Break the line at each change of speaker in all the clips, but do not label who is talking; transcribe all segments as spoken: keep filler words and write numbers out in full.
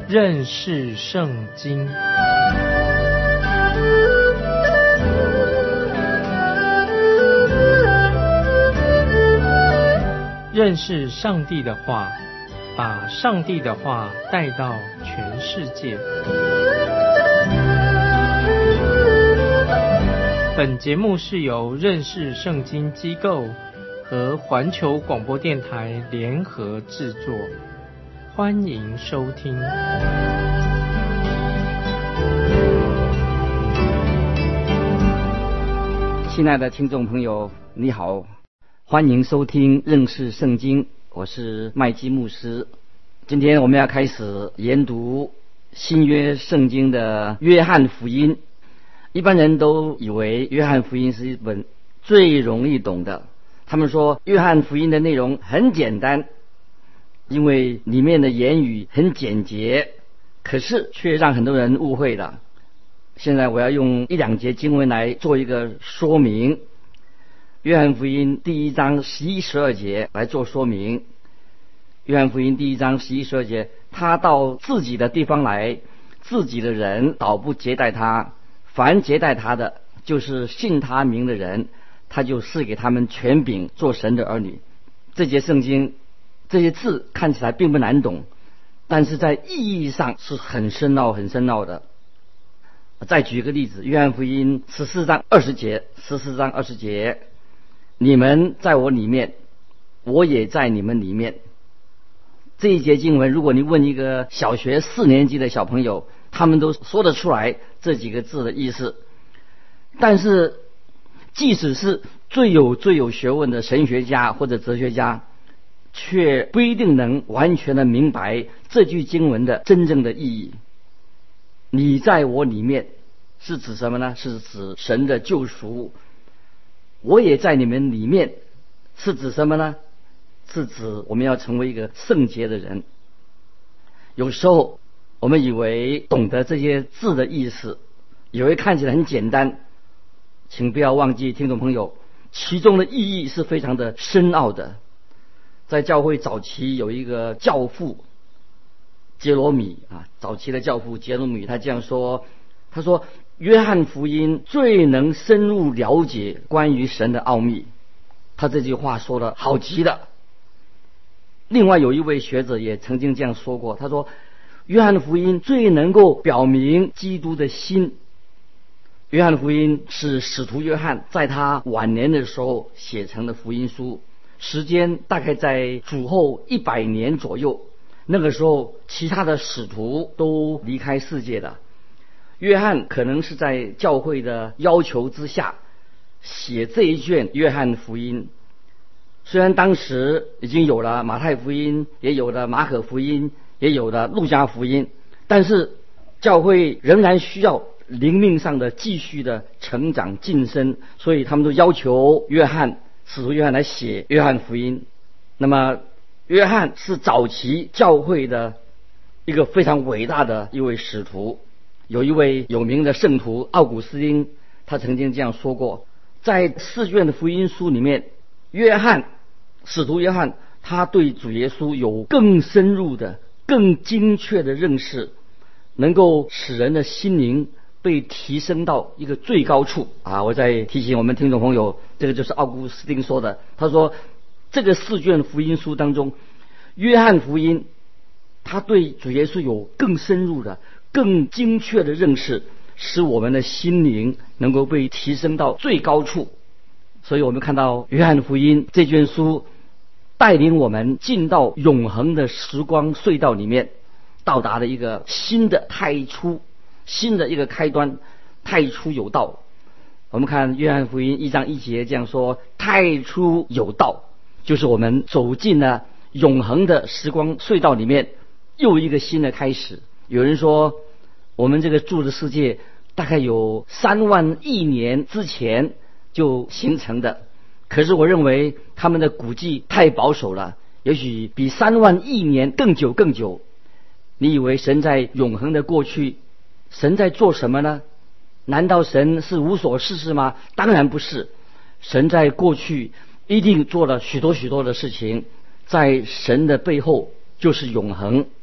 认识圣经。认识上帝的话，把上帝的话带到全世界。本节目是由认识圣经机构和环球广播电台联合制作，欢迎收听。
亲爱的听众朋友，你好，欢迎收听认识圣经，我是麦基牧师。今天我们要开始研读新约圣经的约翰福音。一般人都以为约翰福音是一本最容易懂的，他们说约翰福音的内容很简单，因为里面的言语很简洁，可是却让很多人误会了。现在我要用一两节经文来做一个说明。约翰福音第一章十一十二节来做说明。约翰福音第一章十一十二节，他到自己的地方来，自己的人倒不接待他，凡接待他的，就是信他名的人，他就赐给他们权柄做神的儿女。这节圣经这些字看起来并不难懂，但是在意义上是很深奥很深奥的。再举一个例子，约翰福音十四章二十节，十四章二十节，你们在我里面，我也在你们里面。这一节经文，如果你问一个小学四年级的小朋友，他们都说得出来这几个字的意思。但是即使是最有最有学问的神学家或者哲学家，却不一定能完全的明白这句经文的真正的意义。你在我里面是指什么呢？是指神的救赎。我也在你们里面是指什么呢？是指我们要成为一个圣洁的人。有时候我们以为懂得这些字的意思，以为看起来很简单，请不要忘记，听众朋友，其中的意义是非常的深奥的。在教会早期有一个教父杰罗米啊，早期的教父杰罗米，他这样说，他说约翰福音最能深入了解关于神的奥秘。他这句话说的好极了。另外有一位学者也曾经这样说过，他说约翰福音最能够表明基督的心。约翰福音是使徒约翰在他晚年的时候写成的福音书，时间大概在主后一百年左右。那个时候其他的使徒都离开世界了，约翰可能是在教会的要求之下写这一卷约翰福音。虽然当时已经有了马太福音，也有了马可福音，也有了路加福音，但是教会仍然需要灵命上的继续的成长晋升，所以他们都要求约翰使徒约翰来写约翰福音。那么约翰是早期教会的一个非常伟大的一位使徒。有一位有名的圣徒奥古斯丁，他曾经这样说过，在四卷的福音书里面，约翰使徒约翰他对主耶稣有更深入的更精确的认识，能够使人的心灵被提升到一个最高处啊！我再提醒我们听众朋友，这个就是奥古斯丁说的。他说这个四卷福音书当中，约翰福音他对主耶稣有更深入的更精确的认识，使我们的心灵能够被提升到最高处。所以我们看到约翰福音这卷书带领我们进到永恒的时光隧道里面，到达了一个新的太初，新的一个开端。太初有道，我们看约翰福音一章一节这样说，太初有道，就是我们走进了永恒的时光隧道里面又一个新的开始。有人说我们这个住的世界大概有三万亿年之前就形成的，可是我认为他们的估计太保守了，也许比三万亿年更久更久。你以为神在永恒的过去，神在做什么呢？难道神是无所事事吗？当然不是，神在过去一定做了许多许多的事情，在神的背后就是永恒。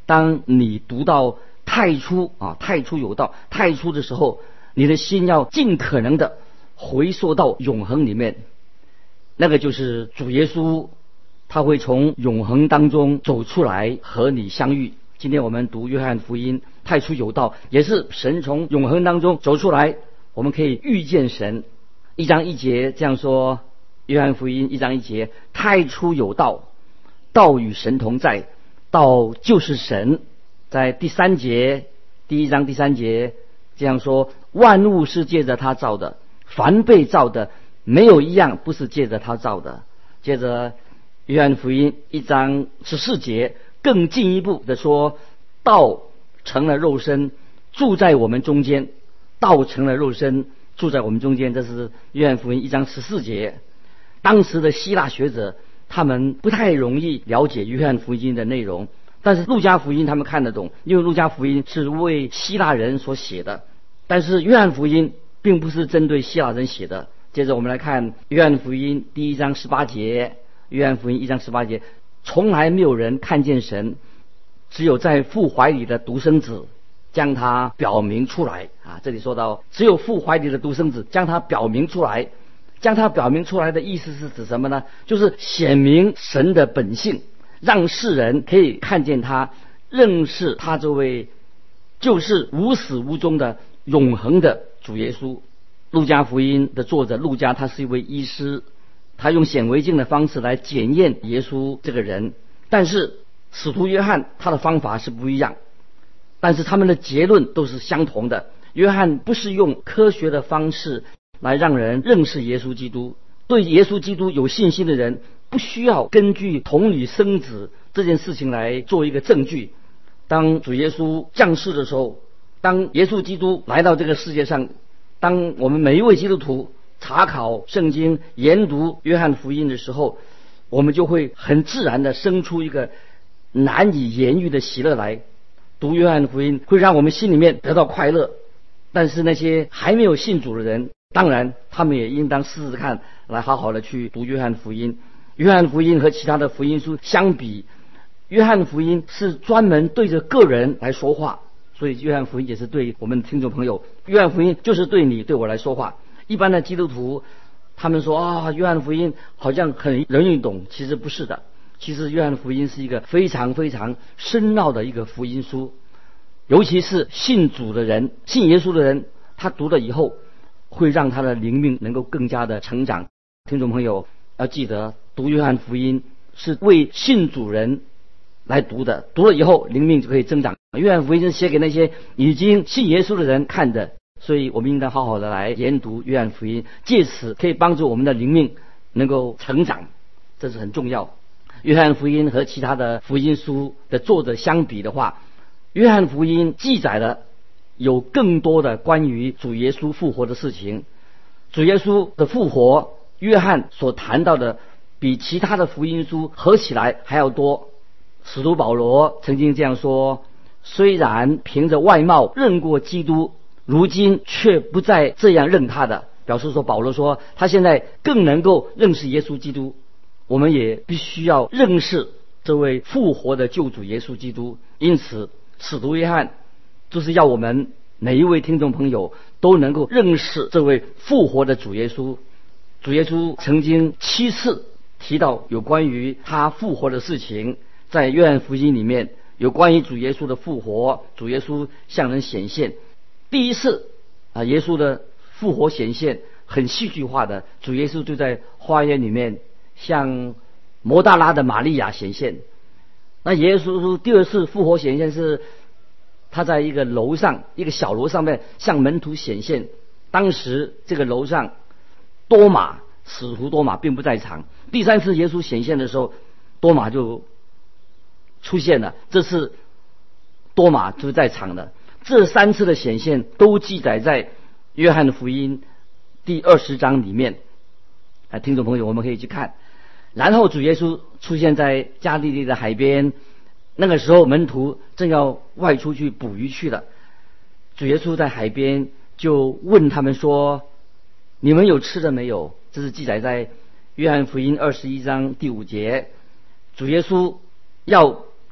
当你读到太初啊，太初有道，太初的时候，你的心要尽可能的回溯到永恒里面。那个就是主耶稣，他会从永恒当中走出来和你相遇。今天我们读约翰福音，太初有道，也是神从永恒当中走出来，我们可以遇见神。一章一节这样说，约翰福音一章一节，太初有道，道与神同在，道就是神。在第三节，第一章第三节这样说，万物是借着他造的，凡被造的没有一样不是借着他造的。接着约翰福音一章十四节更进一步的说，道成了肉身，住在我们中间。道成了肉身，住在我们中间，这是约翰福音一章十四节。当时的希腊学者他们不太容易了解约翰福音的内容，但是路加福音他们看得懂，因为路加福音是为希腊人所写的。但是约翰福音并不是针对希腊人写的。接着我们来看约翰福音第一章十八节，约翰福音一章十八节，从来没有人看见神，只有在父怀里的独生子将他表明出来啊！这里说到只有父怀里的独生子将他表明出来，将他表明出来的意思是指什么呢？就是显明神的本性，让世人可以看见他，认识他这位就是无始无终的永恒的主耶稣。路加福音的作者路加，他是一位医师，他用显微镜的方式来检验耶稣这个人。但是使徒约翰他的方法是不一样，但是他们的结论都是相同的。约翰不是用科学的方式来让人认识耶稣基督，对耶稣基督有信心的人不需要根据童女生子这件事情来做一个证据。当主耶稣降世的时候，当耶稣基督来到这个世界上，当我们每一位基督徒查考圣经、研读约翰福音的时候，我们就会很自然地生出一个难以言喻的喜乐来。读约翰福音会让我们心里面得到快乐。但是那些还没有信主的人，当然他们也应当试试看，来好好的去读约翰福音。约翰福音和其他的福音书相比，约翰福音是专门对着个人来说话，所以约翰福音也是对我们听众朋友，约翰福音就是对你对我来说话。一般的基督徒他们说啊，约翰福音好像很容易懂，其实不是的。其实约翰福音是一个非常非常深奥的一个福音书，尤其是信主的人，信耶稣的人，他读了以后会让他的灵命能够更加的成长。听众朋友要记得，读约翰福音是为信主人来读的，读了以后灵命就可以增长。约翰福音是写给那些已经信耶稣的人看的，所以我们应当好好的来研读约翰福音，借此可以帮助我们的灵命能够成长，这是很重要。约翰福音和其他的福音书的作者相比的话，约翰福音记载了有更多的关于主耶稣复活的事情。主耶稣的复活，约翰所谈到的比其他的福音书合起来还要多。使徒保罗曾经这样说，虽然凭着外貌认过基督，如今却不再这样认他的，表示说保罗说他现在更能够认识耶稣基督。我们也必须要认识这位复活的救主耶稣基督。因此使徒约翰就是要我们每一位听众朋友都能够认识这位复活的主耶稣。主耶稣曾经七次提到有关于他复活的事情，在约翰福音里面有关于主耶稣的复活，主耶稣向人显现。第一次啊，耶稣的复活显现很戏剧化的，主耶稣就在花园里面向摩大拉的玛利亚显现。那耶稣第二次复活显现是他在一个楼上，一个小楼上面向门徒显现。当时这个楼上多马，使徒多马并不在场。第三次耶稣显现的时候，多马就出现了，这次多马就在场的。这三次的显现都记载在约翰福音第二十章里面。啊，听众朋友，我们可以去看。然后主耶稣出现在加利利的海边，那个时候门徒正要外出去捕鱼去了。主耶稣在海边就问他们说，你们有吃的没有？这是记载在约翰福音二十一章第五节。主耶稣要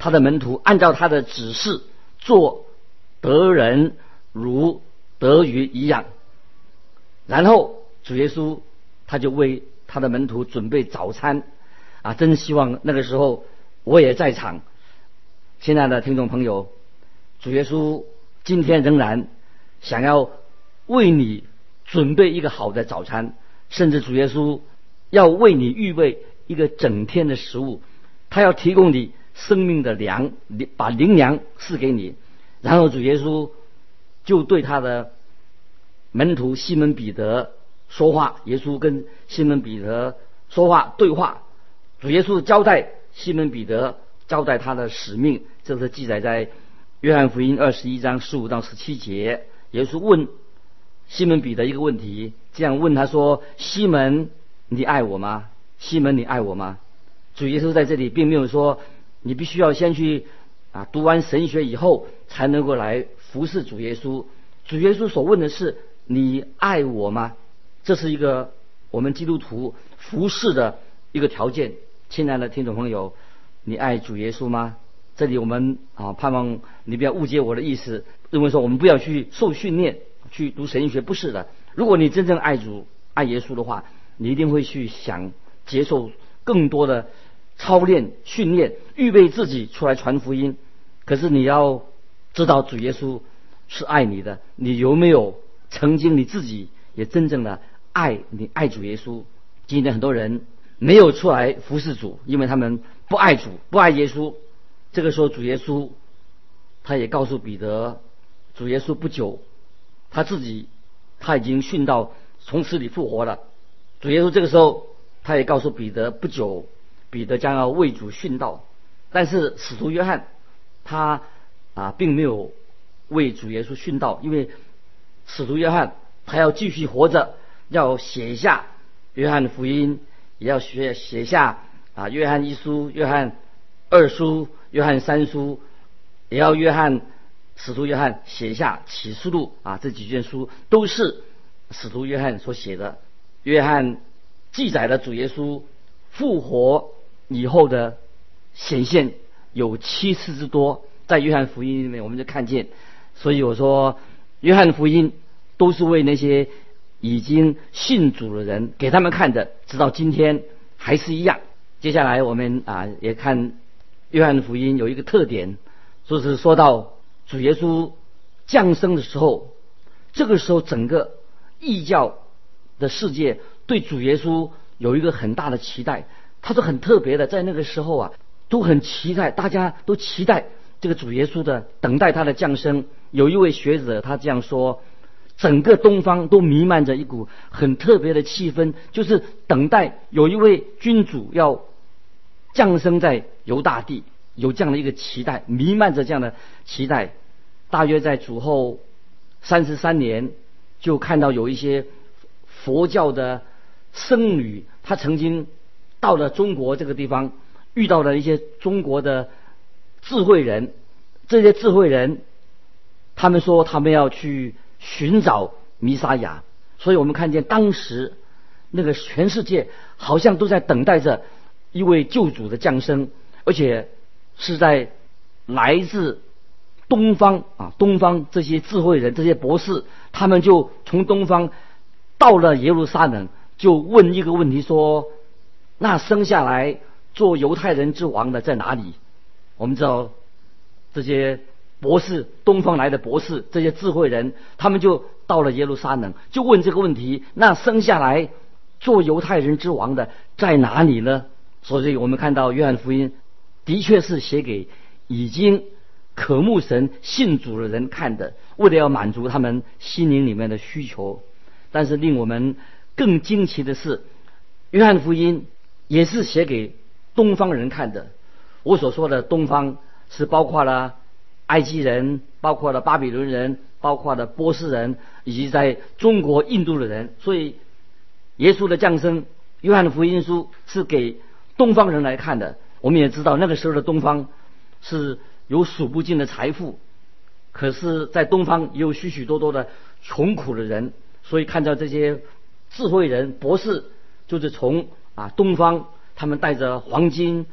他的门徒按照他的指示做，得人如得鱼一样。然后主耶稣他就为他的门徒准备早餐啊！真希望那个时候我也在场。亲爱的听众朋友，主耶稣今天仍然想要为你准备一个好的早餐，甚至主耶稣要为你预备一个整天的食物，他要提供你生命的粮，把灵粮赐给你。然后主耶稣就对他的门徒西门彼得说话，耶稣跟西门彼得说话对话，主耶稣交代西门彼得，交代他的使命，这是记载在约翰福音二十一章十五到十七节。耶稣问西门彼得一个问题，这样问他说：西门，你爱我吗？西门，你爱我吗？主耶稣在这里并没有说你必须要先去啊读完神学以后才能够来服侍主耶稣。主耶稣所问的是你爱我吗？这是一个我们基督徒服侍的一个条件。亲爱的听众朋友，你爱主耶稣吗？这里我们啊盼望你不要误解我的意思，认为说我们不要去受训练去读神学，不是的。如果你真正爱主爱耶稣的话，你一定会去想接受更多的操练训练，预备自己出来传福音。可是你要知道主耶稣是爱你的，你有没有曾经你自己也真正的爱你爱主耶稣？今天很多人没有出来服侍主，因为他们不爱主不爱耶稣。这个时候主耶稣他也告诉彼得，主耶稣不久他自己他已经殉道从死里复活了。主耶稣这个时候他也告诉彼得，不久彼得将要为主殉道。但是使徒约翰他啊并没有为主耶稣殉道，因为使徒约翰他要继续活着，要写下约翰福音，也要写写下啊约翰一书、约翰二书、约翰三书，也要约翰使徒约翰写下启示录啊，这几卷书都是使徒约翰所写的。约翰记载了主耶稣复活以后的显现有七次之多，在约翰福音里面我们就看见。所以我说约翰福音都是为那些已经信主的人给他们看的，直到今天还是一样。接下来我们啊也看约翰福音有一个特点，就是说到主耶稣降生的时候，这个时候整个异教的世界对主耶稣有一个很大的期待。他是很特别的，在那个时候啊都很期待，大家都期待这个主耶稣的，等待他的降生。有一位学者他这样说，整个东方都弥漫着一股很特别的气氛，就是等待有一位君主要降生在犹大地，有这样的一个期待，弥漫着这样的期待。大约在主后三十三年，就看到有一些佛教的僧侣，他曾经到了中国这个地方，遇到了一些中国的智慧人。这些智慧人他们说他们要去寻找弥撒亚，所以我们看见当时那个全世界好像都在等待着一位救主的降生，而且是在来自东方啊，东方这些智慧人这些博士，他们就从东方到了耶路撒冷，就问一个问题说，那生下来做犹太人之王的在哪里？我们知道这些博士，东方来的博士，这些智慧人，他们就到了耶路撒冷，就问这个问题，那生下来做犹太人之王的在哪里呢？所以我们看到约翰福音的确是写给已经渴慕神信主的人看的，为了要满足他们心灵里面的需求。但是令我们更惊奇的是，约翰福音也是写给东方人看的。我所说的东方是包括了埃及人，包括了巴比伦人，包括了波斯人，以及在中国印度的人。所以耶稣的降生，约翰福音书是给东方人来看的。我们也知道那个时候的东方是有数不尽的财富，可是在东方也有许许多多的穷苦的人。所以看到这些智慧人博士，就是从啊东方他们带着黄金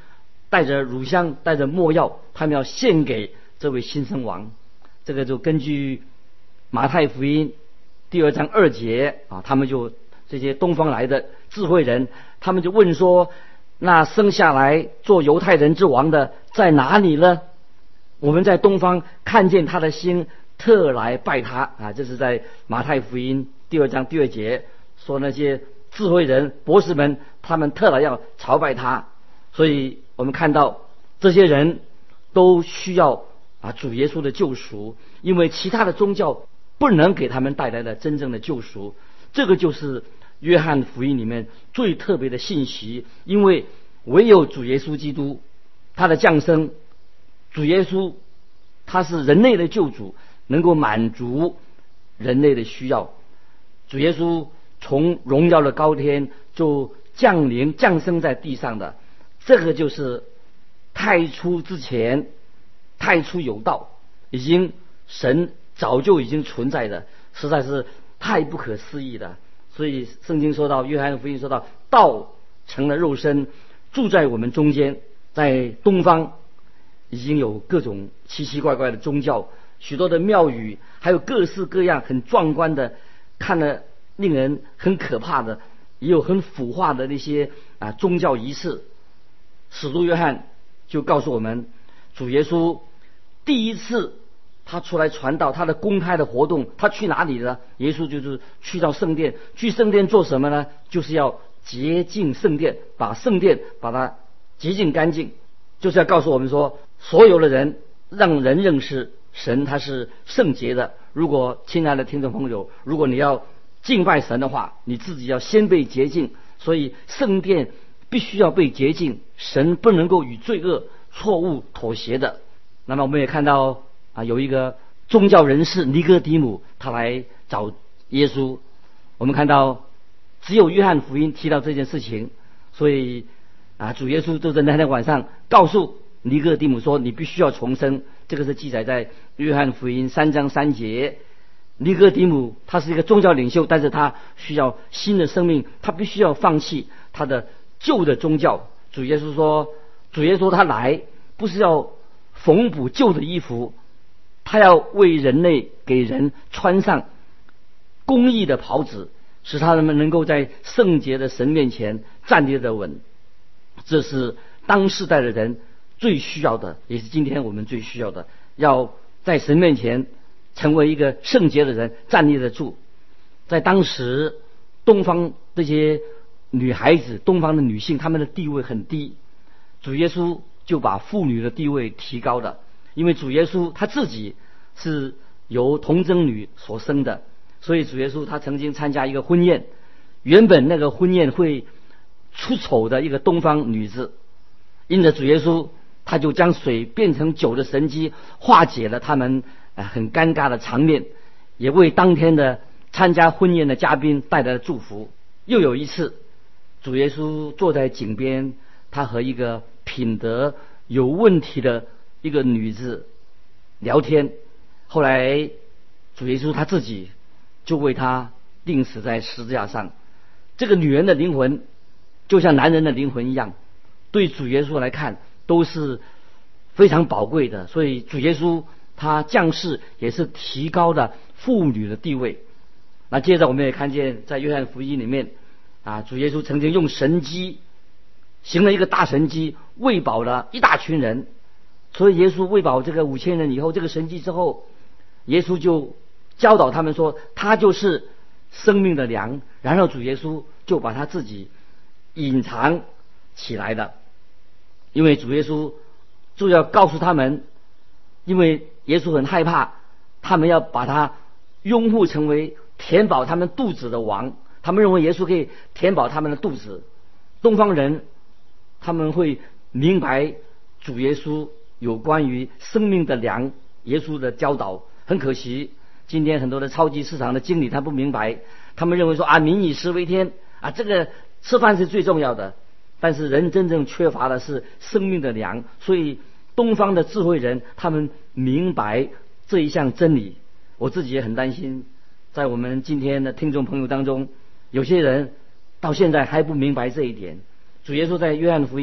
带着乳香，带着没药，他们要献给这位新生王。这个就根据马太福音第二章二节啊，他们就这些东方来的智慧人，他们就问说，那生下来做犹太人之王的在哪里呢？我们在东方看见他的星，特来拜他啊。这是在马太福音第二章第二节说，那些智慧人博士们，他们特来要朝拜他。所以我们看到这些人都需要啊主耶稣的救赎，因为其他的宗教不能给他们带来的真正的救赎。这个就是约翰福音里面最特别的信息，因为唯有主耶稣基督他的降生，主耶稣他是人类的救主，能够满足人类的需要。主耶稣从荣耀的高天就降临降生在地上的，这个就是太初之前，太初有道，已经神早就已经存在的，实在是太不可思议了。所以圣经说到，约翰福音说到，道成了肉身，住在我们中间。在东方已经有各种奇奇怪怪的宗教，许多的庙宇，还有各式各样很壮观的，看了令人很可怕的，也有很腐化的那些啊宗教仪式。使徒约翰就告诉我们，主耶稣第一次他出来传道，他的公开的活动，他去哪里呢？耶稣就是去到圣殿。去圣殿做什么呢？就是要洁净圣殿，把圣殿把它洁净干净，就是要告诉我们说，所有的人让人认识神他是圣洁的。如果亲爱的听众朋友，如果你要敬拜神的话，你自己要先被洁净，所以圣殿必须要被洁净，神不能够与罪恶错误妥协的。那么我们也看到啊，有一个宗教人士尼哥底母，他来找耶稣。我们看到只有约翰福音提到这件事情，所以啊，主耶稣就在那天晚上告诉尼哥底母说，你必须要重生。这个是记载在约翰福音三章三节。尼哥底母他是一个宗教领袖，但是他需要新的生命，他必须要放弃他的旧的宗教。主耶稣说，主耶稣他来不是要缝补旧的衣服，他要为人类给人穿上公义的袍子，使他们能够在圣洁的神面前站立得稳。这是当世代的人最需要的，也是今天我们最需要的，要在神面前成为一个圣洁的人，站立得住。在当时东方这些女孩子，东方的女性，她们的地位很低，主耶稣就把妇女的地位提高了。因为主耶稣他自己是由童贞女所生的，所以主耶稣他曾经参加一个婚宴，原本那个婚宴会出丑的一个东方女子，因着主耶稣他就将水变成酒的神迹，化解了他们很尴尬的场面，也为当天的参加婚宴的嘉宾带来了祝福。又有一次，主耶稣坐在井边，他和一个品德有问题的一个女子聊天，后来主耶稣他自己就为他钉死在十字架上。这个女人的灵魂就像男人的灵魂一样，对主耶稣来看都是非常宝贵的，所以主耶稣他降世也是提高了妇女的地位。那接着我们也看见在约翰福音里面啊，主耶稣曾经用神迹行了一个大神迹，喂饱了一大群人。所以耶稣喂饱这个五千人以后，这个神迹之后，耶稣就教导他们说，他就是生命的粮。然后主耶稣就把他自己隐藏起来了，因为主耶稣就要告诉他们，因为耶稣很害怕他们要把他拥护成为填饱他们肚子的王，他们认为耶稣可以填饱他们的肚子。东方人他们会明白主耶稣有关于生命的粮耶稣的教导。很可惜今天很多的超级市场的经理他不明白，他们认为说啊，民以食为天啊，这个吃饭是最重要的，但是人真正缺乏的是生命的粮。所以东方的智慧人他们明白这一项真理。我自己也很担心，在我们今天的听众朋友当中，有些人到现在还不明白这一点。主耶稣在约翰福音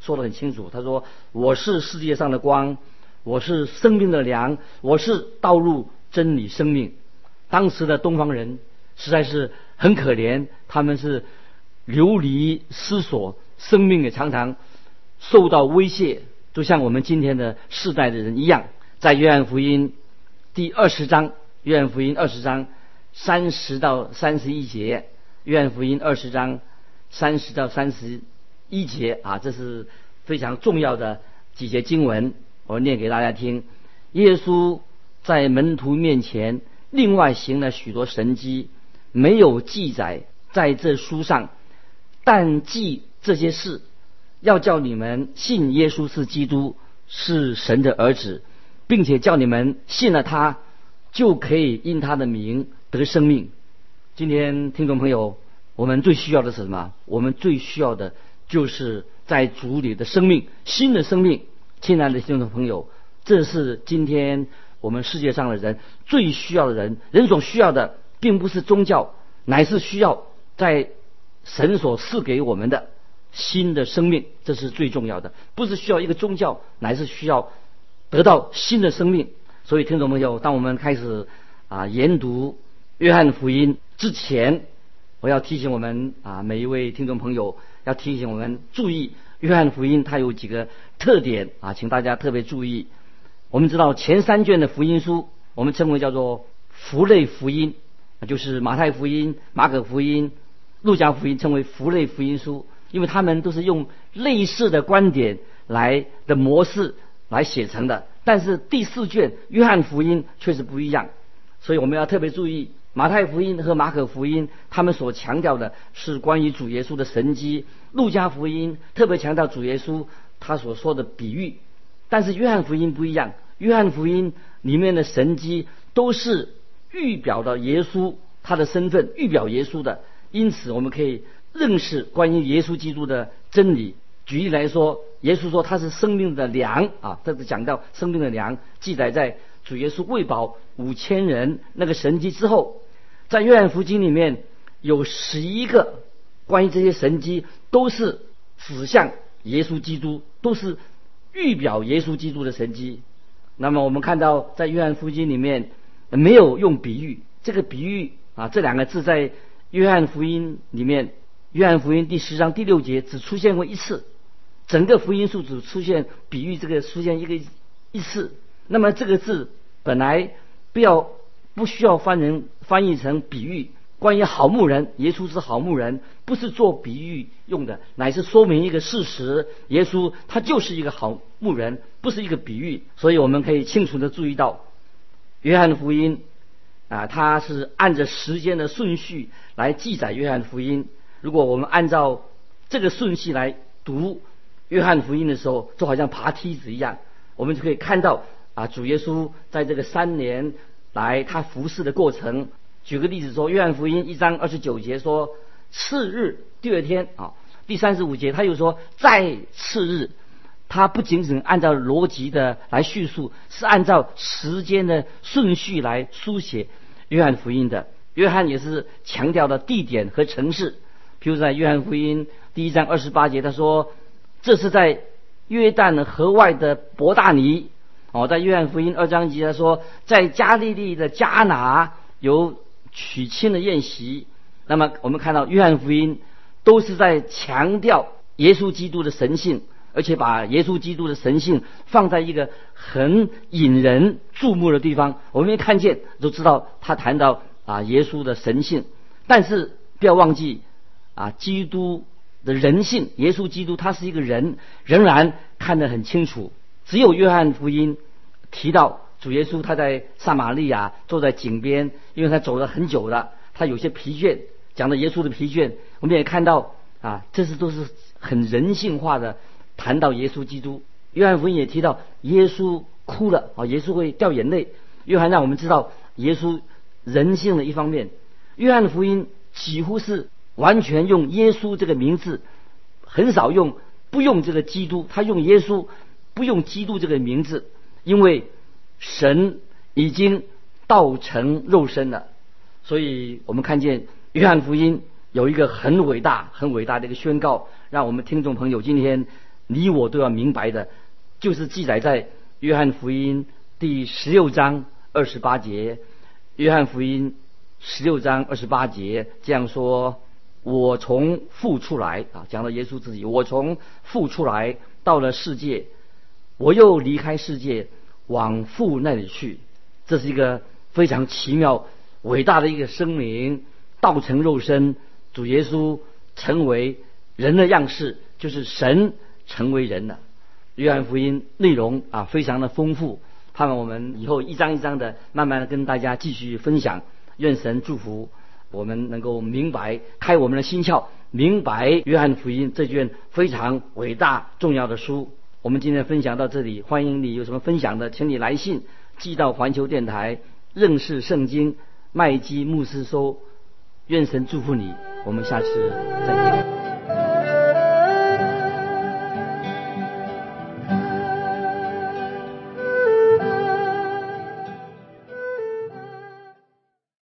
说得很清楚，他说我是世界上的光，我是生命的粮，我是道路真理生命。当时的东方人实在是很可怜，他们是流离失所，生命也常常受到威胁，就像我们今天的世代的人一样。在约翰福音第二十章，约翰福音二十章三十到三十一节，约翰福音二十章三十到三十一节啊，这是非常重要的几节经文，我念给大家听。耶稣在门徒面前另外行了许多神迹，没有记载在这书上，但记这些事，要叫你们信耶稣是基督，是神的儿子，并且叫你们信了他，就可以因他的名得生命。今天听众朋友，我们最需要的是什么？我们最需要的就是在主里的生命，新的生命。亲爱的听众朋友，这是今天我们世界上的人最需要的人。人所需要的并不是宗教，乃是需要在神所赐给我们的新的生命，这是最重要的。不是需要一个宗教，乃是需要得到新的生命。所以听众朋友，当我们开始啊研读约翰福音之前，我要提醒我们啊每一位听众朋友，要提醒我们注意约翰福音它有几个特点啊，请大家特别注意。我们知道前三卷的福音书，我们称为叫做福类福音，就是马太福音、马可福音、路加福音，称为福类福音书，因为他们都是用类似的观点来的模式来写成的。但是第四卷约翰福音确实不一样，所以我们要特别注意马太福音和马可福音，他们所强调的是关于主耶稣的神迹。路加福音特别强调主耶稣他所说的比喻，但是约翰福音不一样，约翰福音里面的神迹都是预表的耶稣他的身份，预表耶稣的，因此我们可以认识关于耶稣基督的真理。举例来说，耶稣说他是生命的粮啊，这是讲到生命的粮，记载在主耶稣喂饱五千人那个神迹之后。在约翰福音里面有十一个关于这些神迹都是指向耶稣基督，都是预表耶稣基督的神迹。那么我们看到在约翰福音里面没有用比喻，这个比喻啊这两个字在约翰福音里面，约翰福音第十章第六节只出现过一次，整个福音书只出现比喻这个出现一个一次。那么这个字本来不要不需要翻人翻译成比喻，关于好牧人，耶稣是好牧人，不是做比喻用的，乃是说明一个事实，耶稣他就是一个好牧人，不是一个比喻。所以我们可以清楚的注意到约翰福音啊，它是按着时间的顺序来记载约翰福音。如果我们按照这个顺序来读约翰福音的时候，就好像爬梯子一样，我们就可以看到啊，主耶稣在这个三年来他服侍的过程。举个例子说，约翰福音一章二十九节说次日，第二天啊，第三十五节他又说在次日。他不仅仅按照逻辑的来叙述，是按照时间的顺序来书写约翰福音的。约翰也是强调了地点和城市，譬如在约翰福音第一章二十八节他说这是在约旦河外的伯大尼。哦，在约翰福音二章一节他说在加利利的迦拿有娶亲的宴席。那么我们看到约翰福音都是在强调耶稣基督的神性，而且把耶稣基督的神性放在一个很引人注目的地方，我们一看见就知道他谈到啊耶稣的神性。但是不要忘记啊基督的人性，耶稣基督他是一个人，仍然看得很清楚。只有约翰福音提到主耶稣他在撒玛利亚坐在井边，因为他走了很久了，他有些疲倦，讲到耶稣的疲倦，我们也看到啊这是都是很人性化的谈到耶稣基督。约翰福音也提到耶稣哭了啊，耶稣会掉眼泪。约翰让我们知道耶稣人性的一方面。约翰福音几乎是完全用耶稣这个名字，很少用不用这个基督，他用耶稣不用基督这个名字，因为神已经道成肉身了。所以我们看见约翰福音有一个很伟大很伟大的一个宣告，让我们听众朋友今天你我都要明白的，就是记载在约翰福音第十六章二十八节。约翰福音十六章二十八节这样说：我从父出来啊，讲到耶稣自己，我从父出来到了世界，我又离开世界往父那里去。这是一个非常奇妙伟大的一个声明，道成肉身，主耶稣成为人的样式，就是神成为人了。约翰福音内容啊非常的丰富，盼望我们以后一章一章的慢慢的跟大家继续分享。愿神祝福我们能够明白，开我们的心窍，明白约翰福音这卷非常伟大重要的书。我们今天分享到这里，欢迎你有什么分享的，请你来信寄到环球电台认识圣经麦基牧师收。愿神祝福你，我们下次再见。